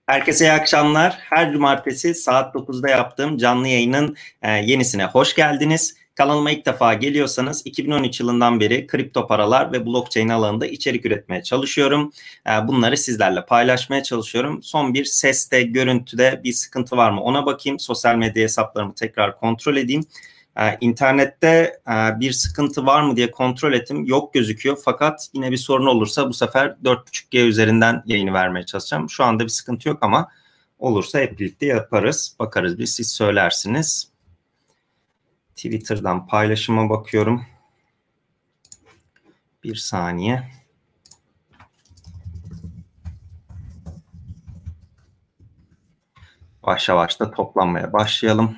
Herkese iyi akşamlar. Her cumartesi saat 9'da yaptığım canlı yayının yenisine hoş geldiniz. Kanalıma ilk defa geliyorsanız 2013 yılından beri kripto paralar ve blockchain alanında içerik üretmeye çalışıyorum. Bunları sizlerle paylaşmaya çalışıyorum. Son bir seste, görüntüde bir sıkıntı var mı ona bakayım. Sosyal medya hesaplarımı tekrar kontrol edeyim. İnternette bir sıkıntı var mı diye kontrol ettim. Yok gözüküyor. Fakat yine bir sorun olursa bu sefer 4.5G üzerinden yayını vermeye çalışacağım. Şu anda bir sıkıntı yok ama olursa hep birlikte yaparız. Bakarız, bir siz söylersiniz. Twitter'dan paylaşıma bakıyorum. Bir saniye. Yavaş yavaş da toplanmaya başlayalım.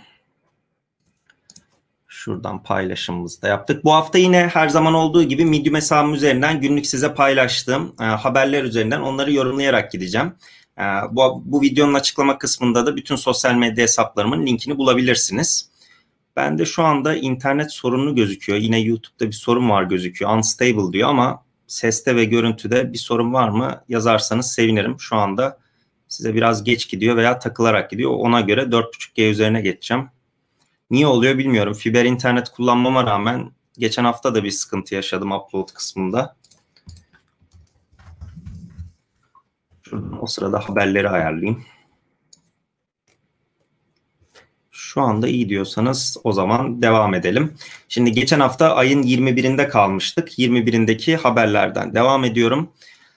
Şuradan paylaşımımızı da yaptık. Bu hafta yine her zaman olduğu gibi Medium hesabım üzerinden günlük size paylaştığım haberler üzerinden onları yorumlayarak gideceğim. Bu videonun açıklama kısmında da bütün sosyal medya hesaplarımın linkini bulabilirsiniz. Ben de şu anda internet sorunu gözüküyor. Yine YouTube'da bir sorun var gözüküyor. Unstable diyor ama seste ve görüntüde bir sorun var mı yazarsanız sevinirim. Şu anda size biraz geç gidiyor veya takılarak gidiyor. Ona göre 4.5G üzerine geçeceğim. Niye oluyor bilmiyorum. Fiber internet kullanmama rağmen geçen hafta da bir sıkıntı yaşadım upload kısmında. Şuradan o sırada haberleri ayarlayayım. Şu anda iyi diyorsanız o zaman devam edelim. Şimdi geçen hafta ayın 21'inde kalmıştık. 21'indeki haberlerden devam ediyorum.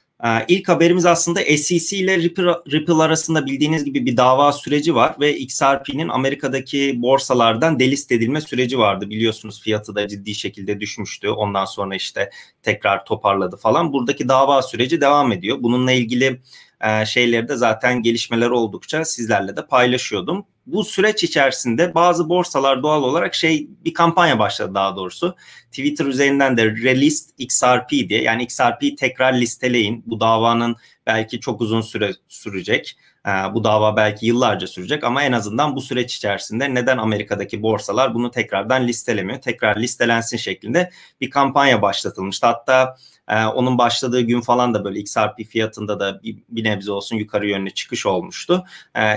İlk haberimiz aslında SEC ile Ripple arasında bildiğiniz gibi bir dava süreci var ve XRP'nin Amerika'daki borsalardan delist edilme süreci vardı. Biliyorsunuz fiyatı da ciddi şekilde düşmüştü. Ondan sonra işte tekrar toparladı falan. Buradaki dava süreci devam ediyor. Bununla ilgili şeyleri de zaten gelişmeler oldukça sizlerle de paylaşıyordum. Bu süreç içerisinde bazı borsalar doğal olarak bir kampanya başladı daha doğrusu. Twitter üzerinden de relist XRP diye, yani XRP'yi tekrar listeleyin. Bu davanın belki çok uzun süre sürecek. Bu dava belki yıllarca sürecek ama en azından bu süreç içerisinde neden Amerika'daki borsalar bunu tekrardan listelemiyor? Tekrar listelensin şeklinde bir kampanya başlatılmıştı. Hatta onun başladığı gün falan da böyle XRP fiyatında da bir nebze olsun yukarı yönlü çıkış olmuştu.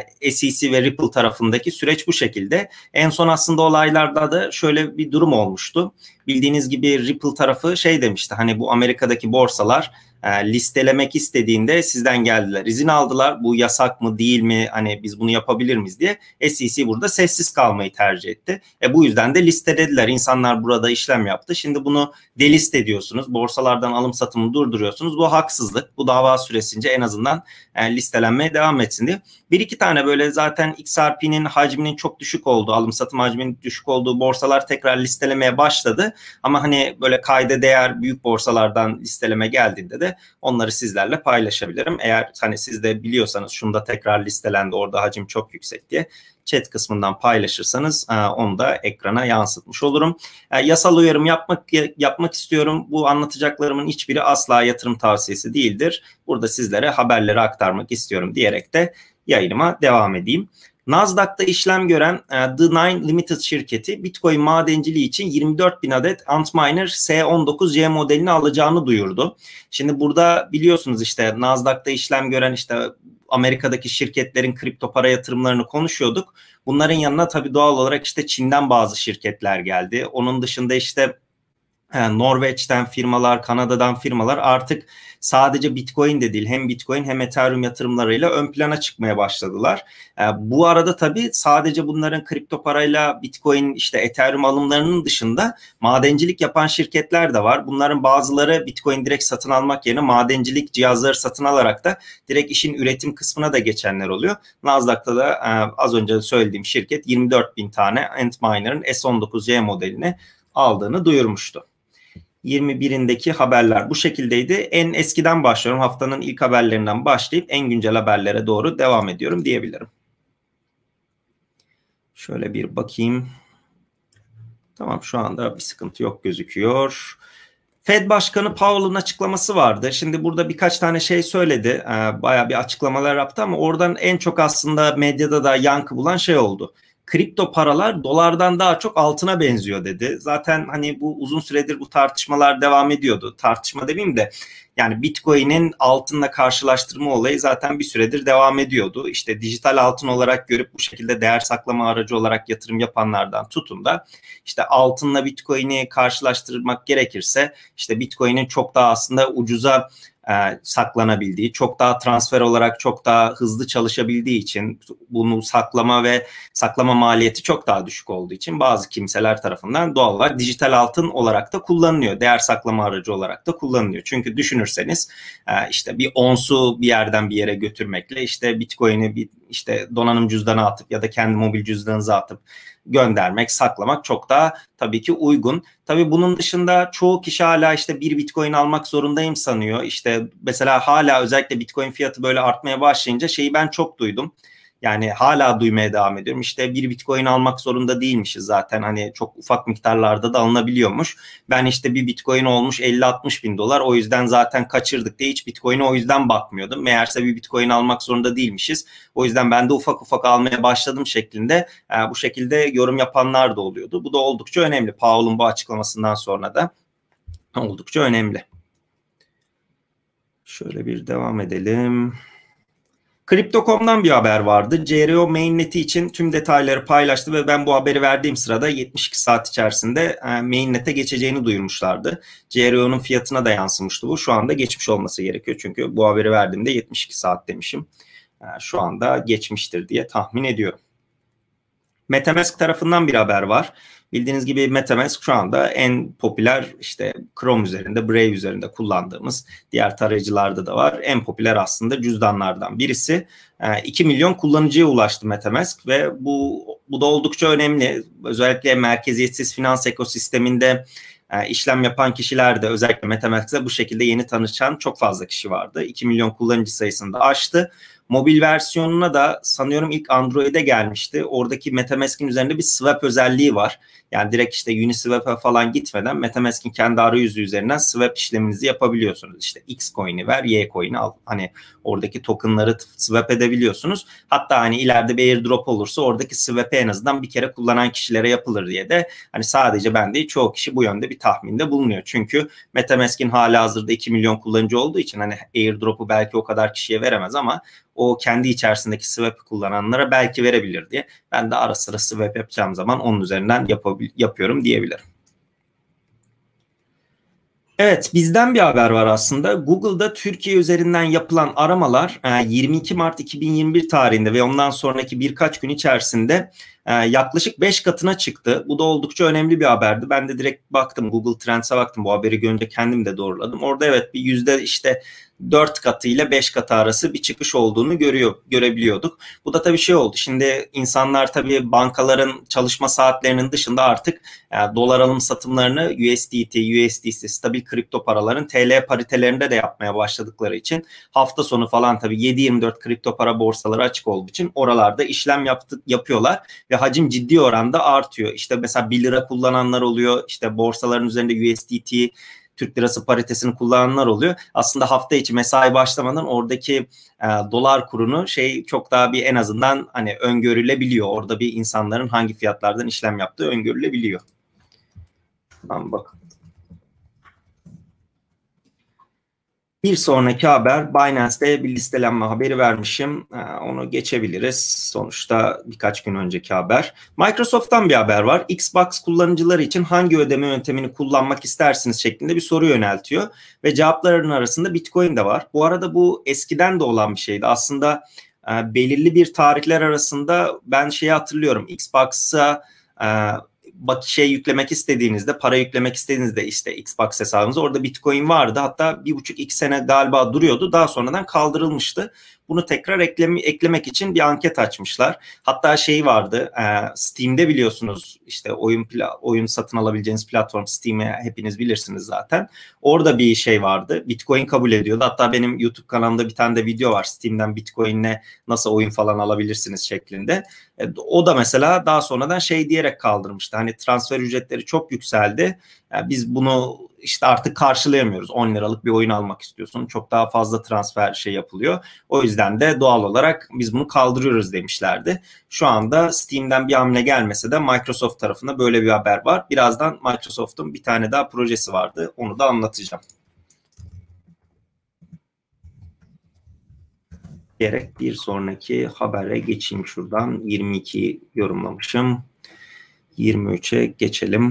SEC ve Ripple tarafındaki süreç bu şekilde. En son aslında olaylarda da şöyle bir durum olmuştu. Bildiğiniz gibi Ripple tarafı demişti, hani bu Amerika'daki borsalar listelemek istediğinde sizden geldiler, izin aldılar. Bu yasak mı değil mi, hani biz bunu yapabilir miyiz diye. SEC burada sessiz kalmayı tercih etti. Bu yüzden de listelediler. İnsanlar burada işlem yaptı. Şimdi bunu delist ediyorsunuz. Borsalardan alım satımı durduruyorsunuz. Bu haksızlık. Bu dava süresince en azından listelenmeye devam etsin diye. Bir iki tane böyle zaten XRP'nin hacminin çok düşük olduğu, alım satım hacminin düşük olduğu borsalar tekrar listelemeye başladı. Ama hani böyle kayda değer büyük borsalardan listeleme geldiğinde de onları sizlerle paylaşabilirim. Eğer hani siz de biliyorsanız şunda tekrar listelendi, orada hacim çok yüksek diye chat kısmından paylaşırsanız onu da ekrana yansıtmış olurum. Yasal uyarım yapmak istiyorum. Bu anlatacaklarımın hiçbiri asla yatırım tavsiyesi değildir. Burada sizlere haberleri aktarmak istiyorum diyerek de yayınıma devam edeyim. Nasdaq'ta işlem gören The Nine Limited şirketi Bitcoin madenciliği için 24.000 adet Antminer S19C modelini alacağını duyurdu. Şimdi burada biliyorsunuz işte Nasdaq'ta işlem gören Amerika'daki şirketlerin kripto para yatırımlarını konuşuyorduk. Bunların yanına tabii doğal olarak Çin'den bazı şirketler geldi. Onun dışında Norveç'ten firmalar, Kanada'dan firmalar artık sadece Bitcoin de değil, hem Bitcoin hem Ethereum yatırımlarıyla ön plana çıkmaya başladılar. Bu arada tabii sadece bunların kripto parayla Bitcoin, Ethereum alımlarının dışında madencilik yapan şirketler de var. Bunların bazıları Bitcoin direkt satın almak yerine madencilik cihazları satın alarak da direkt işin üretim kısmına da geçenler oluyor. Nasdaq'ta da az önce söylediğim şirket 24.000 tane Antminer'ın S19C modelini aldığını duyurmuştu. 21'indeki haberler bu şekildeydi. En eskiden başlıyorum. Haftanın ilk haberlerinden başlayıp en güncel haberlere doğru devam ediyorum diyebilirim. Şöyle bir bakayım. Tamam, şu anda bir sıkıntı yok gözüküyor. Fed Başkanı Powell'ın açıklaması vardı. Şimdi burada birkaç tane söyledi. Bayağı bir açıklamalar yaptı ama oradan en çok aslında medyada da yankı bulan oldu. kripto paralar dolardan daha çok altına benziyor dedi. Zaten hani bu uzun süredir bu tartışmalar devam ediyordu. Tartışma demeyeyim de yani Bitcoin'in altınla karşılaştırma olayı zaten bir süredir devam ediyordu. İşte dijital altın olarak görüp bu şekilde değer saklama aracı olarak yatırım yapanlardan tutun da işte altınla Bitcoin'i karşılaştırmak gerekirse işte Bitcoin'in çok daha aslında ucuza saklanabildiği, çok daha transfer olarak çok daha hızlı çalışabildiği için bunu saklama maliyeti çok daha düşük olduğu için bazı kimseler tarafından doğal olarak dijital altın olarak da kullanılıyor. Değer saklama aracı olarak da kullanılıyor. Çünkü düşünürseniz işte bir onsu bir yerden bir yere götürmekle işte Bitcoin'i bir işte donanım cüzdanı atıp ya da kendi mobil cüzdanınıza atıp göndermek, saklamak çok daha tabii ki uygun. Tabii bunun dışında çoğu kişi hala işte bir Bitcoin almak zorundayım sanıyor. İşte mesela hala özellikle Bitcoin fiyatı böyle artmaya başlayınca şeyi ben çok duydum. Yani hala duymaya devam ediyorum. İşte bir Bitcoin almak zorunda değilmişiz zaten. Hani çok ufak miktarlarda da alınabiliyormuş. Ben işte bir Bitcoin olmuş 50-60 bin dolar. O yüzden zaten kaçırdık diye hiç Bitcoin'e o yüzden bakmıyordum. Meğerse bir Bitcoin almak zorunda değilmişiz. O yüzden ben de ufak ufak almaya başladım şeklinde bu şekilde yorum yapanlar da oluyordu. Bu da oldukça önemli. Powell'un bu açıklamasından sonra da oldukça önemli. Şöyle bir devam edelim. Crypto.com'dan bir haber vardı. CRO mainnet'i için tüm detayları paylaştı ve ben bu haberi verdiğim sırada 72 saat içerisinde mainnet'e geçeceğini duyurmuşlardı. CRO'nun fiyatına da yansımıştı bu. Şu anda geçmiş olması gerekiyor. Çünkü bu haberi verdiğimde 72 saat demişim. Şu anda geçmiştir diye tahmin ediyorum. MetaMask tarafından bir haber var. Bildiğiniz gibi MetaMask şu anda en popüler işte Chrome üzerinde, Brave üzerinde kullandığımız diğer tarayıcılarda da var. En popüler aslında cüzdanlardan birisi. 2 milyon kullanıcıya ulaştı MetaMask ve bu da oldukça önemli. Özellikle merkeziyetsiz finans ekosisteminde işlem yapan kişiler de özellikle MetaMask'e bu şekilde yeni tanışan çok fazla kişi vardı. 2 milyon kullanıcı sayısını da aştı. Mobil versiyonuna da sanıyorum ilk Android'e gelmişti. Oradaki MetaMask'in üzerinde bir swap özelliği var. Yani direkt işte Uniswap'a falan gitmeden MetaMask'in kendi arayüzü üzerinden swap işleminizi yapabiliyorsunuz. İşte X coin'i ver, Y coin'i al. Hani oradaki tokenları swap edebiliyorsunuz. Hatta hani ileride bir airdrop olursa oradaki swap'ı en azından bir kere kullanan kişilere yapılır diye de hani sadece ben değil çoğu kişi bu yönde bir tahminde bulunuyor. Çünkü MetaMask'in halihazırda 2 milyon kullanıcı olduğu için hani airdrop'u belki o kadar kişiye veremez ama o kendi içerisindeki swap kullananlara belki verebilir diye. Ben de ara sıra swap yapacağım zaman onun üzerinden yapıyorum diyebilirim. Evet, bizden bir haber var aslında. Google'da Türkiye üzerinden yapılan aramalar 22 Mart 2021 tarihinde ve ondan sonraki birkaç gün içerisinde yaklaşık 5 katına çıktı. Bu da oldukça önemli bir haberdi. Ben de direkt baktım, Google Trends'e baktım. Bu haberi görünce kendim de doğruladım. Orada evet bir yüzde işte 4 katı ile 5 katı arası bir çıkış olduğunu görebiliyorduk. Bu da tabii şey oldu. Şimdi insanlar tabii bankaların çalışma saatlerinin dışında artık dolar alım satımlarını USDT, USDC, stabil kripto paraların TL paritelerinde de yapmaya başladıkları için hafta sonu falan tabii 7/24 kripto para borsaları açık olduğu için oralarda işlem yapıyorlar ve hacim ciddi oranda artıyor. İşte mesela 1 lira kullananlar oluyor. İşte borsaların üzerinde USDT Türk lirası paritesini kullananlar oluyor. Aslında hafta içi mesai başlamadan oradaki dolar kurunu çok daha bir en azından hani öngörülebiliyor. Orada bir insanların hangi fiyatlardan işlem yaptığı öngörülebiliyor. Tamam bak. Bir sonraki haber Binance'de bir listelenme haberi vermişim. Onu geçebiliriz. Sonuçta birkaç gün önceki haber. Microsoft'tan bir haber var. Xbox kullanıcıları için hangi ödeme yöntemini kullanmak istersiniz şeklinde bir soru yöneltiyor. Ve cevapların arasında Bitcoin de var. Bu arada bu eskiden de olan bir şeydi. Aslında belirli bir tarihler arasında ben hatırlıyorum. Xbox'a yüklemek istediğinizde, para yüklemek istediğinizde işte Xbox hesabınıza orada Bitcoin vardı. Hatta 1,5-2 sene galiba duruyordu. Daha sonradan kaldırılmıştı. Bunu tekrar eklemek için bir anket açmışlar. Hatta vardı. Steam'de biliyorsunuz işte oyun satın alabileceğiniz platform Steam'i hepiniz bilirsiniz zaten. Orada bir vardı. Bitcoin kabul ediyordu. Hatta benim YouTube kanalımda bir tane de video var. Steam'den Bitcoin'le nasıl oyun falan alabilirsiniz şeklinde. O da mesela daha sonradan diyerek kaldırmıştı. Hani transfer ücretleri çok yükseldi. Yani biz bunu işte artık karşılayamıyoruz. 10 liralık bir oyun almak istiyorsun. Çok daha fazla transfer şey yapılıyor. O yüzden de doğal olarak biz bunu kaldırıyoruz demişlerdi. Şu anda Steam'den bir hamle gelmese de Microsoft tarafında böyle bir haber var. Birazdan Microsoft'un bir tane daha projesi vardı. Onu da anlatacağım. Gerek bir sonraki habere geçeyim şuradan. 22 yorumlamışım. 23'e geçelim.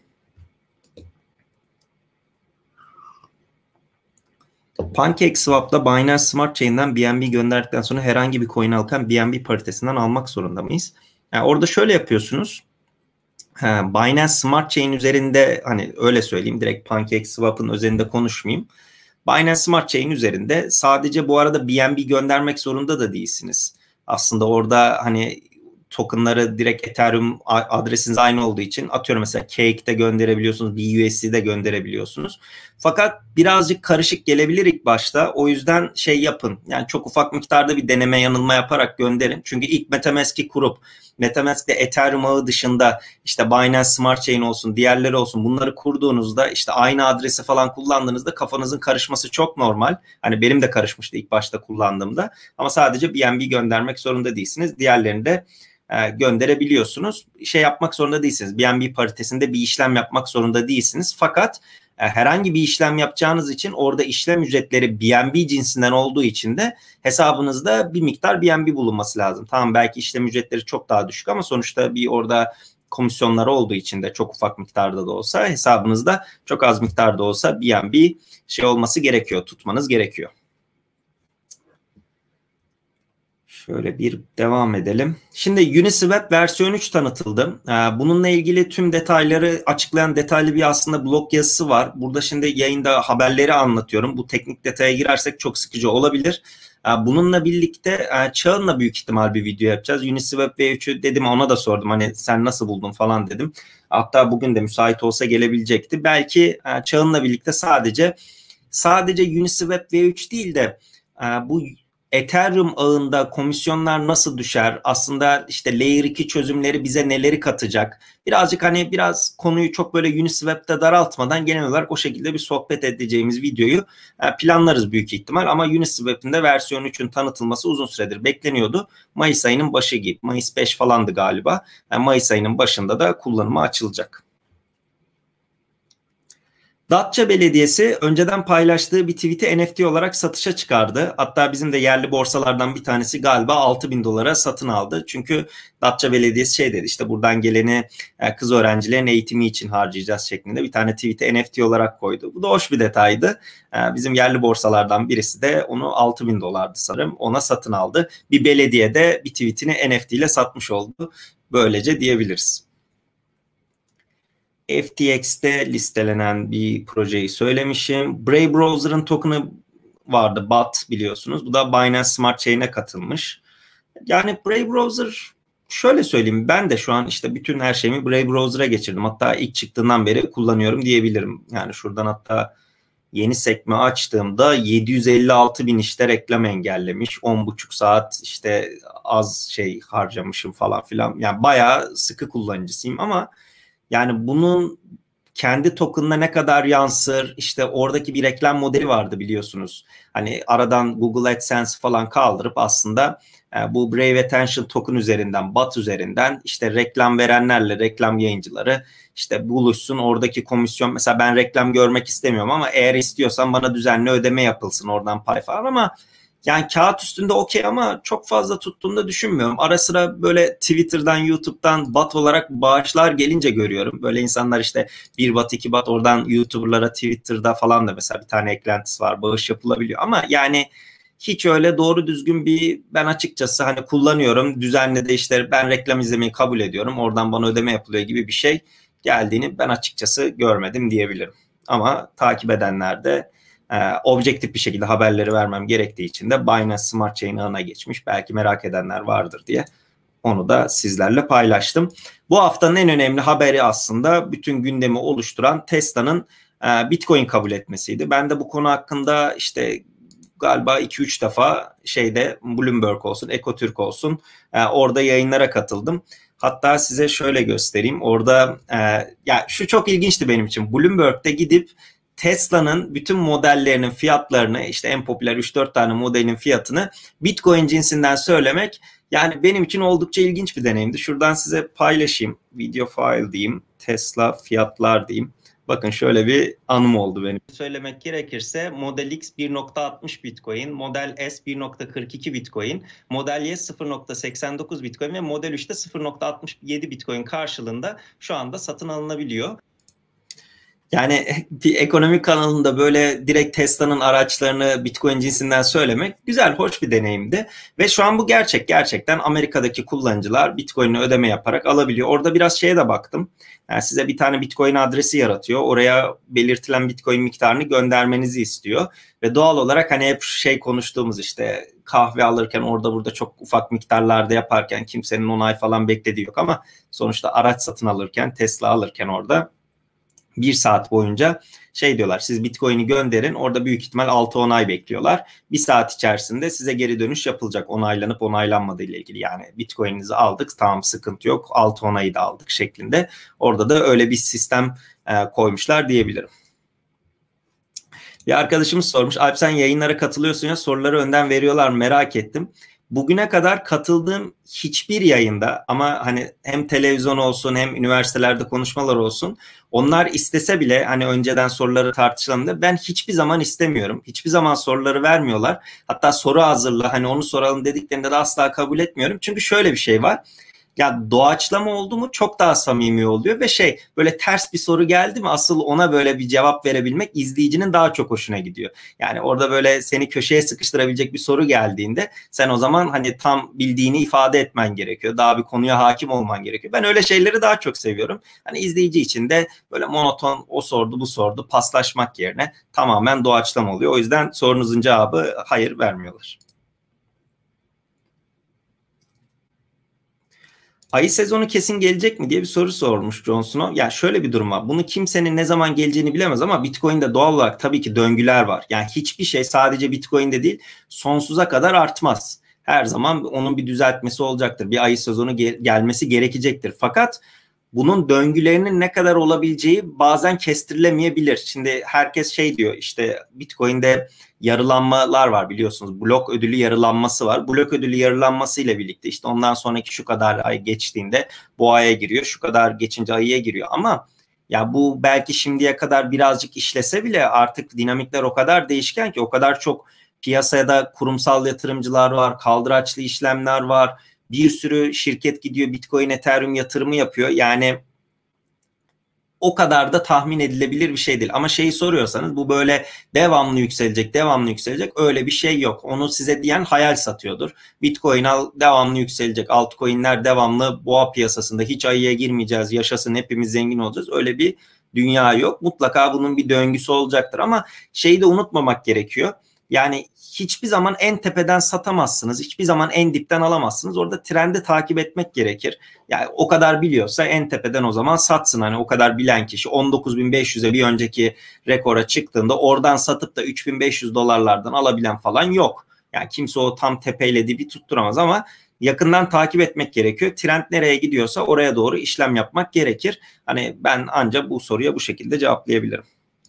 PancakeSwap'la Binance Smart Chain'den BNB gönderdikten sonra herhangi bir coin alırken BNB paritesinden almak zorunda mıyız? Yani orada şöyle yapıyorsunuz. Binance Smart Chain üzerinde, hani öyle söyleyeyim, direkt PancakeSwap'ın üzerinde konuşmayayım. Binance Smart Chain üzerinde sadece bu arada BNB göndermek zorunda da değilsiniz. Aslında orada hani tokenları direkt Ethereum adresiniz aynı olduğu için, atıyorum mesela Cake'de gönderebiliyorsunuz, BUSD'de gönderebiliyorsunuz. Fakat birazcık karışık gelebilir ilk başta. O yüzden şey yapın. Yani çok ufak miktarda bir deneme yanılma yaparak gönderin. Çünkü ilk MetaMask'i kurup MetaMask'te Ethereum ağı dışında işte Binance Smart Chain olsun, diğerleri olsun, bunları kurduğunuzda işte aynı adresi falan kullandığınızda kafanızın karışması çok normal. Hani benim de karışmıştı ilk başta kullandığımda. Ama sadece BNB göndermek zorunda değilsiniz. Diğerlerini de gönderebiliyorsunuz. Şey yapmak zorunda değilsiniz. BNB paritesinde bir işlem yapmak zorunda değilsiniz. Fakat herhangi bir işlem yapacağınız için orada işlem ücretleri BNB cinsinden olduğu için de hesabınızda bir miktar BNB bulunması lazım. Tamam, belki işlem ücretleri çok daha düşük ama sonuçta bir orada komisyonları olduğu için de çok ufak miktarda da olsa hesabınızda çok az miktarda olsa BNB şey olması gerekiyor, tutmanız gerekiyor. Şöyle bir devam edelim. Şimdi Uniswap versiyon 3 tanıtıldı. Bununla ilgili tüm detayları açıklayan detaylı bir aslında blog yazısı var. Burada şimdi yayında haberleri anlatıyorum. Bu teknik detaya girersek çok sıkıcı olabilir. Bununla birlikte Çağın'la büyük ihtimal bir video yapacağız. Uniswap V3'ü dedim, ona da sordum. Hani sen nasıl buldun falan dedim. Hatta bugün de müsait olsa gelebilecekti. Belki Çağın'la birlikte sadece Uniswap V3 değil de bu Ethereum ağında komisyonlar nasıl düşer? Aslında işte Layer 2 çözümleri bize neleri katacak? Birazcık hani biraz konuyu çok böyle Uniswap'ta daraltmadan genel olarak o şekilde bir sohbet edeceğimiz videoyu planlarız büyük ihtimal. Ama Uniswap'in de versiyon 3'ün tanıtılması uzun süredir bekleniyordu. Mayıs ayının başı gibi. Mayıs 5 falandı galiba. Yani Mayıs ayının başında da kullanıma açılacak. Datça Belediyesi önceden paylaştığı bir tweet'i NFT olarak satışa çıkardı. Hatta bizim de yerli borsalardan bir tanesi galiba 6.000 dolara satın aldı. Çünkü Datça Belediyesi şey dedi, işte buradan geleni kız öğrencilerin eğitimi için harcayacağız şeklinde bir tane tweet'i NFT olarak koydu. Bu da hoş bir detaydı. Bizim yerli borsalardan birisi de onu 6.000 dolardı sanırım, ona satın aldı. Bir belediye de bir tweet'ini NFT ile satmış oldu. Böylece diyebiliriz. FTX'te listelenen bir projeyi söylemişim. Brave Browser'ın token'ı vardı, BAT, biliyorsunuz. Bu da Binance Smart Chain'e katılmış. Yani Brave Browser, şöyle söyleyeyim, ben de şu an işte bütün her şeyimi Brave Browser'a geçirdim. Hatta ilk çıktığından beri kullanıyorum diyebilirim. Yani şuradan hatta yeni sekme açtığımda 756 bin işte reklam engellemiş. 10,5 saat işte az şey harcamışım falan filan. Yani bayağı sıkı kullanıcısıyım ama yani bunun kendi token'ına ne kadar yansır, işte oradaki bir reklam modeli vardı biliyorsunuz. Hani aradan Google AdSense falan kaldırıp aslında bu Brave Attention token üzerinden, BAT üzerinden işte reklam verenlerle reklam yayıncıları işte buluşsun, oradaki komisyon, mesela ben reklam görmek istemiyorum ama eğer istiyorsan bana düzenli ödeme yapılsın oradan pay falan, ama yani kağıt üstünde okey ama çok fazla tuttuğunu da düşünmüyorum. Ara sıra böyle Twitter'dan, YouTube'dan bot olarak bağışlar gelince görüyorum. Böyle insanlar işte 1 bot, 2 bot, oradan YouTuber'lara Twitter'da falan da mesela bir tane eklentisi var, bağış yapılabiliyor. Ama yani hiç öyle doğru düzgün bir, ben açıkçası hani kullanıyorum. Düzenli de işte ben reklam izlemeyi kabul ediyorum, oradan bana ödeme yapılıyor gibi bir şey geldiğini ben açıkçası görmedim diyebilirim. Ama takip edenler de objektif bir şekilde haberleri vermem gerektiği için de Binance Smart Chain ağına geçmiş. Belki merak edenler vardır diye onu da sizlerle paylaştım. Bu haftanın en önemli haberi aslında bütün gündemi oluşturan Tesla'nın Bitcoin kabul etmesiydi. Ben de bu konu hakkında işte galiba 2-3 defa şeyde Bloomberg olsun, Ekotürk olsun orada yayınlara katıldım. Hatta size şöyle göstereyim. Orada ya şu çok ilginçti benim için. Bloomberg'de gidip Tesla'nın bütün modellerinin fiyatlarını, işte en popüler 3-4 tane modelin fiyatını Bitcoin cinsinden söylemek, yani benim için oldukça ilginç bir deneyimdi. Şuradan size paylaşayım. Video file diyeyim. Tesla fiyatlar diyeyim. Bakın şöyle bir anım oldu benim. Söylemek gerekirse Model X 1.60 Bitcoin, Model S 1.42 Bitcoin, Model Y 0.89 Bitcoin ve Model 3'te 0.67 Bitcoin karşılığında şu anda satın alınabiliyor. Yani bir ekonomi kanalında böyle direkt Tesla'nın araçlarını Bitcoin cinsinden söylemek güzel, hoş bir deneyimdi. Ve şu an bu gerçekten Amerika'daki kullanıcılar Bitcoin'e ödeme yaparak alabiliyor. Orada biraz şeye de baktım. Yani size bir tane Bitcoin adresi yaratıyor. Oraya belirtilen Bitcoin miktarını göndermenizi istiyor. Ve doğal olarak hani hep konuştuğumuz, işte kahve alırken orada burada çok ufak miktarlarda yaparken kimsenin onay falan beklediği yok. Ama sonuçta araç satın alırken, Tesla alırken orada 1 saat boyunca diyorlar, siz Bitcoin'i gönderin, orada büyük ihtimal 6 onay bekliyorlar. 1 saat içerisinde size geri dönüş yapılacak, onaylanıp onaylanmadığı ile ilgili. Yani Bitcoin'inizi aldık, tamam, sıkıntı yok, 6 onayı da aldık şeklinde. Orada da öyle bir sistem koymuşlar diyebilirim. Bir arkadaşımız sormuş, Alp sen yayınlara katılıyorsun ya, soruları önden veriyorlar, merak ettim. Bugüne kadar katıldığım hiçbir yayında, ama hani hem televizyon olsun hem üniversitelerde konuşmalar olsun, onlar istese bile hani önceden soruları tartışalım da ben hiçbir zaman istemiyorum. Hiçbir zaman soruları vermiyorlar. Hatta soru hazırla, hani onu soralım dediklerinde de asla kabul etmiyorum. Çünkü şöyle bir şey var. Ya doğaçlama oldu mu çok daha samimi oluyor ve böyle ters bir soru geldi mi asıl ona böyle bir cevap verebilmek izleyicinin daha çok hoşuna gidiyor. Yani orada böyle seni köşeye sıkıştırabilecek bir soru geldiğinde sen o zaman hani tam bildiğini ifade etmen gerekiyor. Daha bir konuya hakim olman gerekiyor. Ben öyle şeyleri daha çok seviyorum. Hani izleyici için de böyle monoton o sordu bu sordu paslaşmak yerine tamamen doğaçlama oluyor. O yüzden sorunuzun cevabı hayır, vermiyorlar. Ayı sezonu kesin gelecek mi diye bir soru sormuş Jon Snow. Ya şöyle bir durum var. Bunu kimsenin ne zaman geleceğini bilemez ama Bitcoin'de doğal olarak tabii ki döngüler var. Yani hiçbir şey sadece Bitcoin'de değil sonsuza kadar artmaz. Her zaman onun bir düzeltmesi olacaktır. Bir ayı sezonu gelmesi gerekecektir. Fakat bunun döngülerinin ne kadar olabileceği bazen kestirilemeyebilir. Şimdi herkes diyor, işte Bitcoin'de yarılanmalar var biliyorsunuz. Blok ödülü yarılanması var. Blok ödülü yarılanması ile birlikte işte ondan sonraki şu kadar ay geçtiğinde boğaya giriyor. Şu kadar geçince ayıya giriyor. Ama ya bu belki şimdiye kadar birazcık işlese bile artık dinamikler o kadar değişken ki, o kadar çok piyasada kurumsal yatırımcılar var, kaldıraçlı işlemler var. Bir sürü şirket gidiyor Bitcoin, Ethereum yatırımı yapıyor. Yani o kadar da tahmin edilebilir bir şey değil. Ama soruyorsanız bu böyle devamlı yükselecek öyle bir şey yok. Onu size diyen hayal satıyordur. Bitcoin al devamlı yükselecek. Altcoin'ler devamlı boğa piyasasında, hiç ayıya girmeyeceğiz, yaşasın hepimiz zengin olacağız. Öyle bir dünya yok. Mutlaka bunun bir döngüsü olacaktır ama de unutmamak gerekiyor. Yani hiçbir zaman en tepeden satamazsınız. Hiçbir zaman en dipten alamazsınız. Orada trendi takip etmek gerekir. Yani o kadar biliyorsa en tepeden o zaman satsın. Hani o kadar bilen kişi 19.500'e bir önceki rekora çıktığında oradan satıp da 3.500 dolarlardan alabilen falan yok. Yani kimse o tam tepeyle dibi tutturamaz ama yakından takip etmek gerekiyor. Trend nereye gidiyorsa oraya doğru işlem yapmak gerekir. Hani ben ancak bu soruya bu şekilde cevaplayabilirim.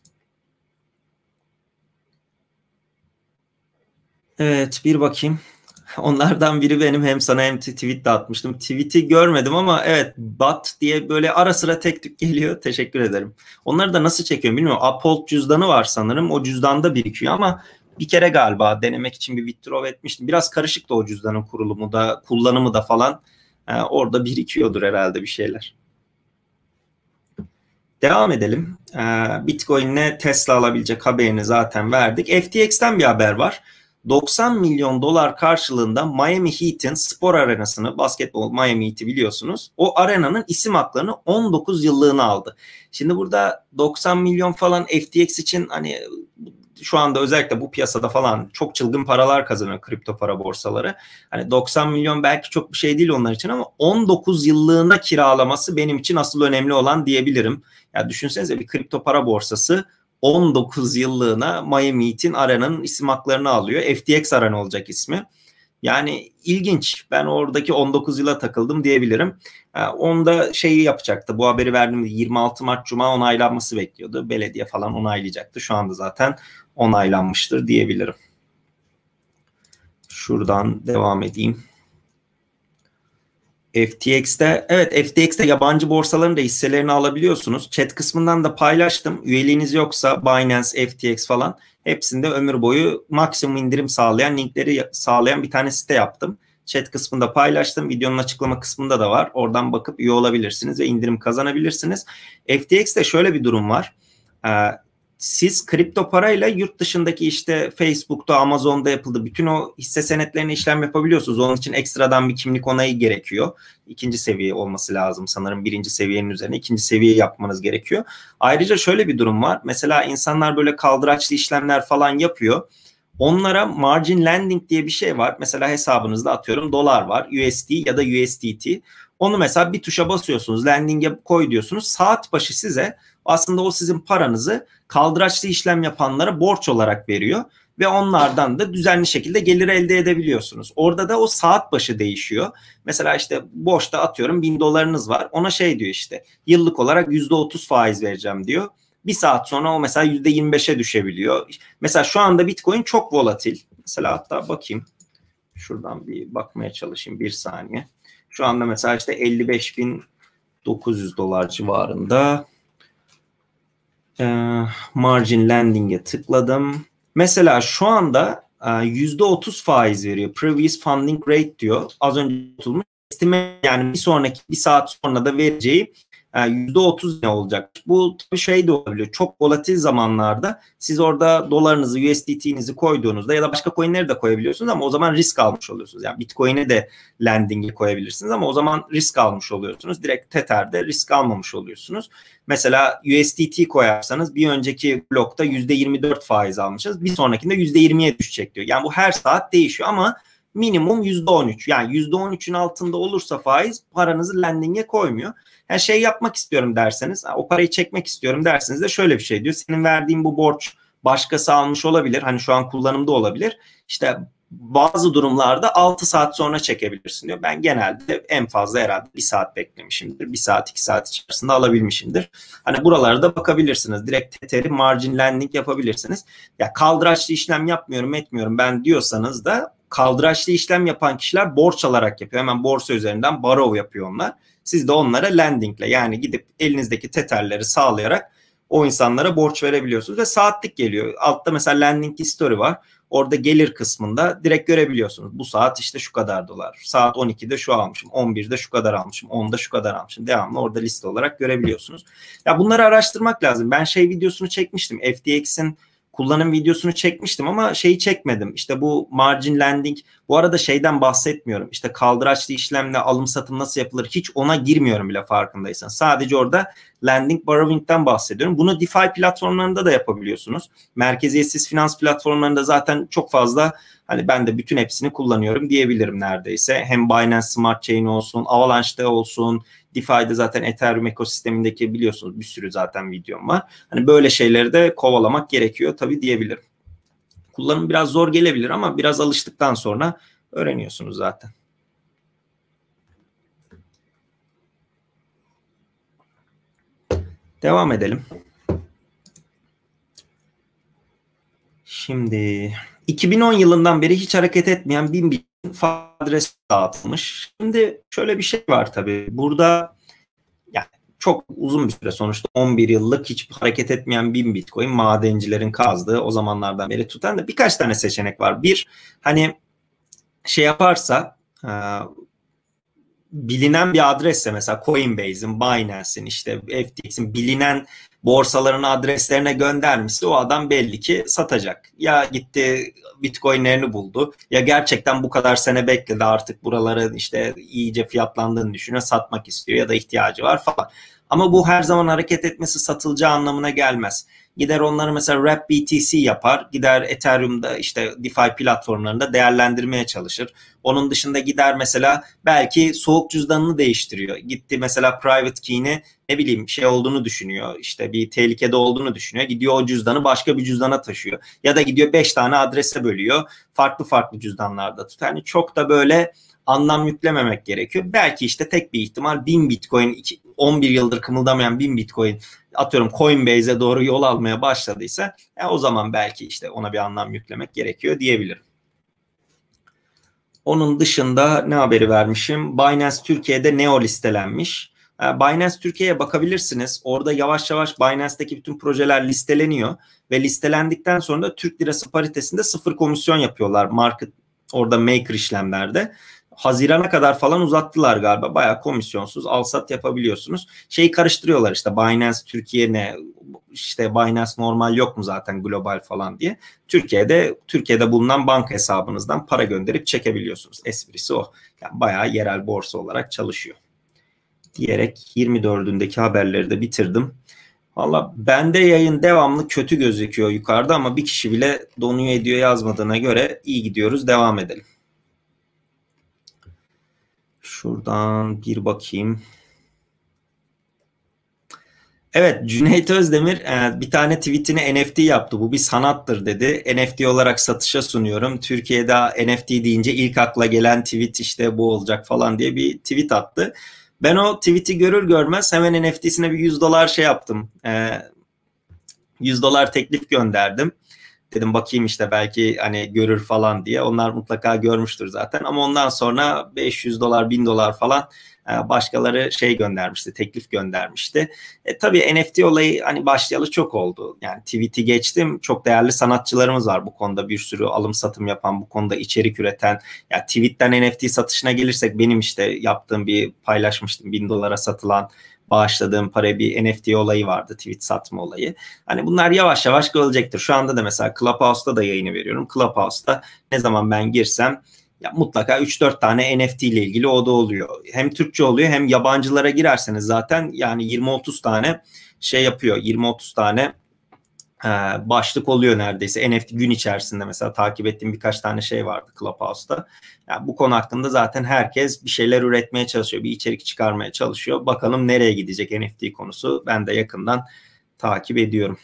Evet, bir bakayım. Onlardan biri benim, hem sana hem tweet de atmıştım. Tweet'i görmedim ama evet, bot diye böyle ara sıra tek tük geliyor. Teşekkür ederim. Onları da nasıl çekiyorum bilmiyorum. Uphold cüzdanı var sanırım. O cüzdanda birikiyor ama bir kere galiba denemek için bir withdraw etmiştim. Biraz karışık da o cüzdanın kurulumu da kullanımı da falan. Orada birikiyordur herhalde bir şeyler. Devam edelim. Bitcoin'le Tesla alabilecek haberini zaten verdik. FTX'ten bir haber var. 90 milyon dolar karşılığında Miami Heat'in spor arenasını, basketbol Miami Heat'i biliyorsunuz, o arenanın isim haklarını 19 yıllığına aldı. Şimdi burada 90 milyon falan FTX için hani şu anda özellikle bu piyasada falan çok çılgın paralar kazanıyor kripto para borsaları. Hani 90 milyon belki çok bir şey değil onlar için ama 19 yıllığına kiralaması benim için asıl önemli olan diyebilirim. Ya düşünsenize, bir kripto para borsası 19 yıllığına Miami Heat'in arenanın isim haklarını alıyor. FTX Arena olacak ismi. Yani ilginç. Ben oradaki 19 yıla takıldım diyebilirim. Onda şeyi yapacaktı. Bu haberi verdiğimde 26 Mart Cuma onaylanması bekliyordu. Belediye falan onaylayacaktı. Şu anda zaten onaylanmıştır diyebilirim. Şuradan devam edeyim. FTX'te, evet, FTX'te yabancı borsaların da hisselerini alabiliyorsunuz. Chat kısmından da paylaştım. Üyeliğiniz yoksa Binance, FTX falan hepsinde ömür boyu maksimum indirim sağlayan, linkleri sağlayan bir tane site yaptım. Chat kısmında paylaştım. Videonun açıklama kısmında da var. Oradan bakıp üye olabilirsiniz ve indirim kazanabilirsiniz. FTX'te şöyle bir durum var. Siz kripto parayla yurt dışındaki işte Facebook'ta, Amazon'da yapıldı. Bütün o hisse senetlerine işlem yapabiliyorsunuz. Onun için ekstradan bir kimlik onayı gerekiyor. İkinci seviye olması lazım sanırım. Birinci seviyenin üzerine ikinci seviye yapmanız gerekiyor. Ayrıca şöyle bir durum var. Mesela insanlar böyle kaldıraçlı işlemler falan yapıyor. Onlara margin lending diye bir şey var. Mesela hesabınızda atıyorum dolar var, USD ya da USDT. Onu mesela bir tuşa basıyorsunuz, lending'e koy diyorsunuz. Saat başı size aslında o sizin paranızı kaldıraçlı işlem yapanlara borç olarak veriyor ve onlardan da düzenli şekilde gelir elde edebiliyorsunuz. Orada da o saat başı değişiyor. Mesela işte boşta atıyorum $1000 var. Ona şey diyor işte yıllık olarak %30 faiz vereceğim diyor. Bir saat sonra o mesela %25'e düşebiliyor. Mesela şu anda Bitcoin çok volatil. Mesela hatta bakayım. Şuradan bir bakmaya çalışayım bir saniye. Şu anda mesela işte $55.900 civarında. Margin lending'e tıkladım. Mesela şu anda %30 faiz veriyor. Previous funding rate diyor. Az önce tutulmuş. Yani bir sonraki bir saat sonra da vereceği %30 ne olacak? Bu tabii şey de olabiliyor. Çok volatil zamanlarda siz orada dolarınızı, USDT'nizi koyduğunuzda ya da başka coinleri de koyabiliyorsunuz ama o zaman risk almış oluyorsunuz. Yani Bitcoin'i de lending'e koyabilirsiniz ama o zaman risk almış oluyorsunuz. Direkt Tether'de risk almamış oluyorsunuz. Mesela USDT koyarsanız bir önceki blokta %24 faiz almışız. Bir sonrakinde %20'ye düşecek diyor. Yani bu her saat değişiyor ama minimum %13. Yani %13'ün altında olursa faiz paranızı lending'e koymuyor. Yani şey yapmak istiyorum derseniz, o parayı çekmek istiyorum derseniz de şöyle bir şey diyor. Senin verdiğin bu borç başkası almış olabilir. Hani şu an kullanımda olabilir. İşte bazı durumlarda 6 saat sonra çekebilirsin diyor. Ben genelde en fazla herhalde 1 saat beklemişimdir. 1 saat 2 saat içerisinde alabilmişimdir. Hani buralara da bakabilirsiniz. Direkt Tether'i margin lending yapabilirsiniz. Ya kaldıraçlı işlem yapmıyorum etmiyorum ben diyorsanız da kaldıraçlı işlem yapan kişiler borç alarak yapıyor. Hemen borsa üzerinden borrow yapıyor onlar. Siz de onlara lendingle yani gidip elinizdeki Tether'leri sağlayarak o insanlara borç verebiliyorsunuz ve saatlik geliyor. Altta mesela lending history var. Orada gelir kısmında direkt görebiliyorsunuz. Bu saat işte şu kadar dolar. Saat 12'de şu almışım. 11'de şu kadar almışım. 10'da şu kadar almışım. Devamlı orada liste olarak görebiliyorsunuz. Ya bunları araştırmak lazım. Ben şey videosunu çekmiştim. FTX'in kullanım videosunu çekmiştim ama şeyi çekmedim. İşte bu margin lending, bu arada şeyden bahsetmiyorum. İşte kaldıraçlı işlemle alım satım nasıl yapılır hiç ona girmiyorum bile farkındaysan. Sadece orada lending borrowing'den bahsediyorum. Bunu DeFi platformlarında da yapabiliyorsunuz. Merkeziyetsiz finans platformlarında zaten çok fazla, hani ben de bütün hepsini kullanıyorum diyebilirim neredeyse. Hem Binance Smart Chain olsun, Avalanche'da olsun, DeFi'de zaten Ethereum ekosistemindeki biliyorsunuz bir sürü zaten videom var. Hani böyle şeyleri de kovalamak gerekiyor tabii diyebilirim. Kullanım biraz zor gelebilir ama biraz alıştıktan sonra öğreniyorsunuz zaten. Devam edelim. Şimdi 2010 yılından beri hiç hareket etmeyen 1000 adres dağıtılmış. Şimdi şöyle bir şey var tabii. Burada yani çok uzun bir süre sonuçta 11 yıllık hiç hareket etmeyen 1000 Bitcoin madencilerin kazdığı o zamanlardan beri tutan da birkaç tane seçenek var. Bir, hani şey yaparsa bilinen bir adresse mesela Coinbase'in, Binance'in, işte FTX'in bilinen borsaların adreslerine göndermişse o adam belli ki satacak. Ya gitti Bitcoin'lerini buldu ya gerçekten bu kadar sene bekledi artık buraları işte iyice fiyatlandığını düşünüyor, satmak istiyor ya da ihtiyacı var falan. Ama bu her zaman hareket etmesi satılacağı anlamına gelmez. Gider onları mesela Wrap BTC yapar. Gider Ethereum'da işte DeFi platformlarında değerlendirmeye çalışır. Onun dışında gider mesela belki soğuk cüzdanını değiştiriyor. Gitti mesela private key'ini ne bileyim şey olduğunu düşünüyor. İşte bir tehlikede olduğunu düşünüyor. Gidiyor o cüzdanı başka bir cüzdana taşıyor. Ya da gidiyor 5 tane adrese bölüyor. Farklı farklı cüzdanlarda tutuyor. Yani çok da böyle anlam yüklememek gerekiyor. Belki işte tek bir ihtimal 1000 Bitcoin, 11 yıldır kımıldamayan 1000 Bitcoin atıyorum Coinbase'e doğru yol almaya başladıysa o zaman belki işte ona bir anlam yüklemek gerekiyor diyebilirim. Onun dışında ne haberi vermişim? Binance Türkiye'de Neo listelenmiş. Binance Türkiye'ye bakabilirsiniz. Orada yavaş yavaş Binance'daki bütün projeler listeleniyor ve listelendikten sonra da Türk lirası paritesinde 0 komisyon yapıyorlar market orada maker işlemlerde. Haziran'a kadar falan uzattılar galiba. Bayağı komisyonsuz al-sat yapabiliyorsunuz. Şeyi karıştırıyorlar işte Binance Türkiye ne, işte Binance normal yok mu zaten global falan diye. Türkiye'de bulunan banka hesabınızdan para gönderip çekebiliyorsunuz. Esprisi o. Yani bayağı yerel borsa olarak çalışıyor. Diyerek 24'ündeki haberleri de bitirdim. Valla bende yayın devamlı kötü gözüküyor yukarıda ama bir kişi bile donuyor ediyor yazmadığına göre iyi gidiyoruz. Devam edelim. Şuradan bir bakayım. Evet, Cüneyt Özdemir bir tane tweetini NFT yaptı. Bu bir sanattır dedi. NFT olarak satışa sunuyorum. Türkiye'de NFT deyince ilk akla gelen tweet işte bu olacak falan diye bir tweet attı. Ben o tweet'i görür görmez hemen NFT'sine bir $100 şey yaptım. $100 teklif gönderdim. Dedim bakayım işte belki hani görür falan diye. Onlar mutlaka görmüştür zaten. Ama ondan sonra $500, $1000 falan başkaları şey göndermişti, teklif göndermişti. Tabii NFT olayı hani başlayalı çok oldu. Yani tweet'i geçtim. Çok değerli sanatçılarımız var bu konuda. Bir sürü alım satım yapan, bu konuda içerik üreten. Ya tweet'ten NFT satışına gelirsek benim işte yaptığım bir paylaşmıştım. $1000 satılan bağışladığım paraya bir NFT olayı vardı. Tweet satma olayı. Hani bunlar yavaş yavaş gelecektir. Şu anda da mesela Clubhouse'da da yayını veriyorum. Clubhouse'da ne zaman ben girsem ya mutlaka 3-4 tane NFT ile ilgili o da oluyor. Hem Türkçe oluyor hem yabancılara girerseniz zaten yani 20-30 tane şey yapıyor. 20-30 tane başlık oluyor neredeyse. NFT gün içerisinde mesela takip ettiğim birkaç tane şey vardı Clubhouse'da. Yani bu konu hakkında zaten herkes bir şeyler üretmeye çalışıyor. Bir içerik çıkarmaya çalışıyor. Bakalım nereye gidecek NFT konusu. Ben de yakından takip ediyorum.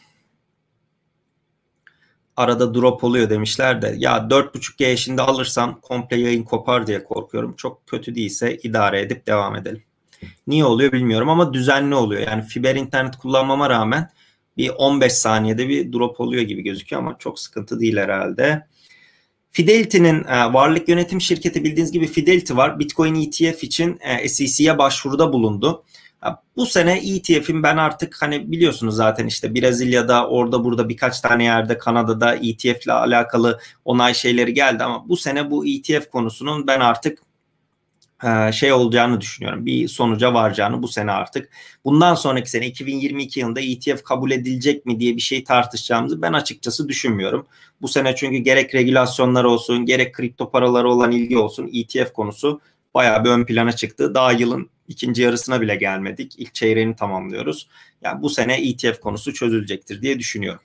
Arada drop oluyor demişler de ya 4.5G şimdi alırsam komple yayın kopar diye korkuyorum. Çok kötü değilse idare edip devam edelim. Niye oluyor bilmiyorum ama düzenli oluyor. Yani fiber internet kullanmama rağmen bir 15 saniyede bir drop oluyor gibi gözüküyor ama çok sıkıntı değil herhalde. Fidelity'nin varlık yönetim şirketi bildiğiniz gibi Fidelity var. Bitcoin ETF için SEC'ye başvuruda bulundu. Bu sene ETF'in ben artık hani biliyorsunuz zaten işte Brezilya'da orada burada birkaç tane yerde Kanada'da ETF ile alakalı onay şeyleri geldi ama bu sene bu ETF konusunun ben artık şey olacağını düşünüyorum. Bir sonuca varacağını bu sene artık. Bundan sonraki sene 2022 yılında ETF kabul edilecek mi diye bir şey tartışacağımızı ben açıkçası düşünmüyorum. Bu sene çünkü gerek regülasyonlar olsun gerek kripto paralara olan ilgi olsun ETF konusu bayağı bir ön plana çıktı. Daha yılın ikinci yarısına bile gelmedik. İlk çeyreğini tamamlıyoruz. Yani bu sene ETF konusu çözülecektir diye düşünüyorum.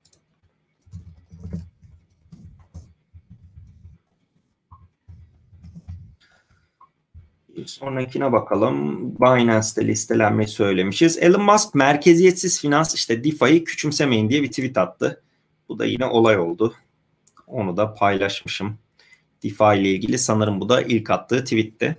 Sonrakine bakalım. Binance'de listelenmeyi söylemişiz. Elon Musk merkeziyetsiz finans işte DeFi'yi küçümsemeyin diye bir tweet attı. Bu da yine olay oldu. Onu da paylaşmışım. DeFi ile ilgili sanırım bu da ilk attığı tweetti.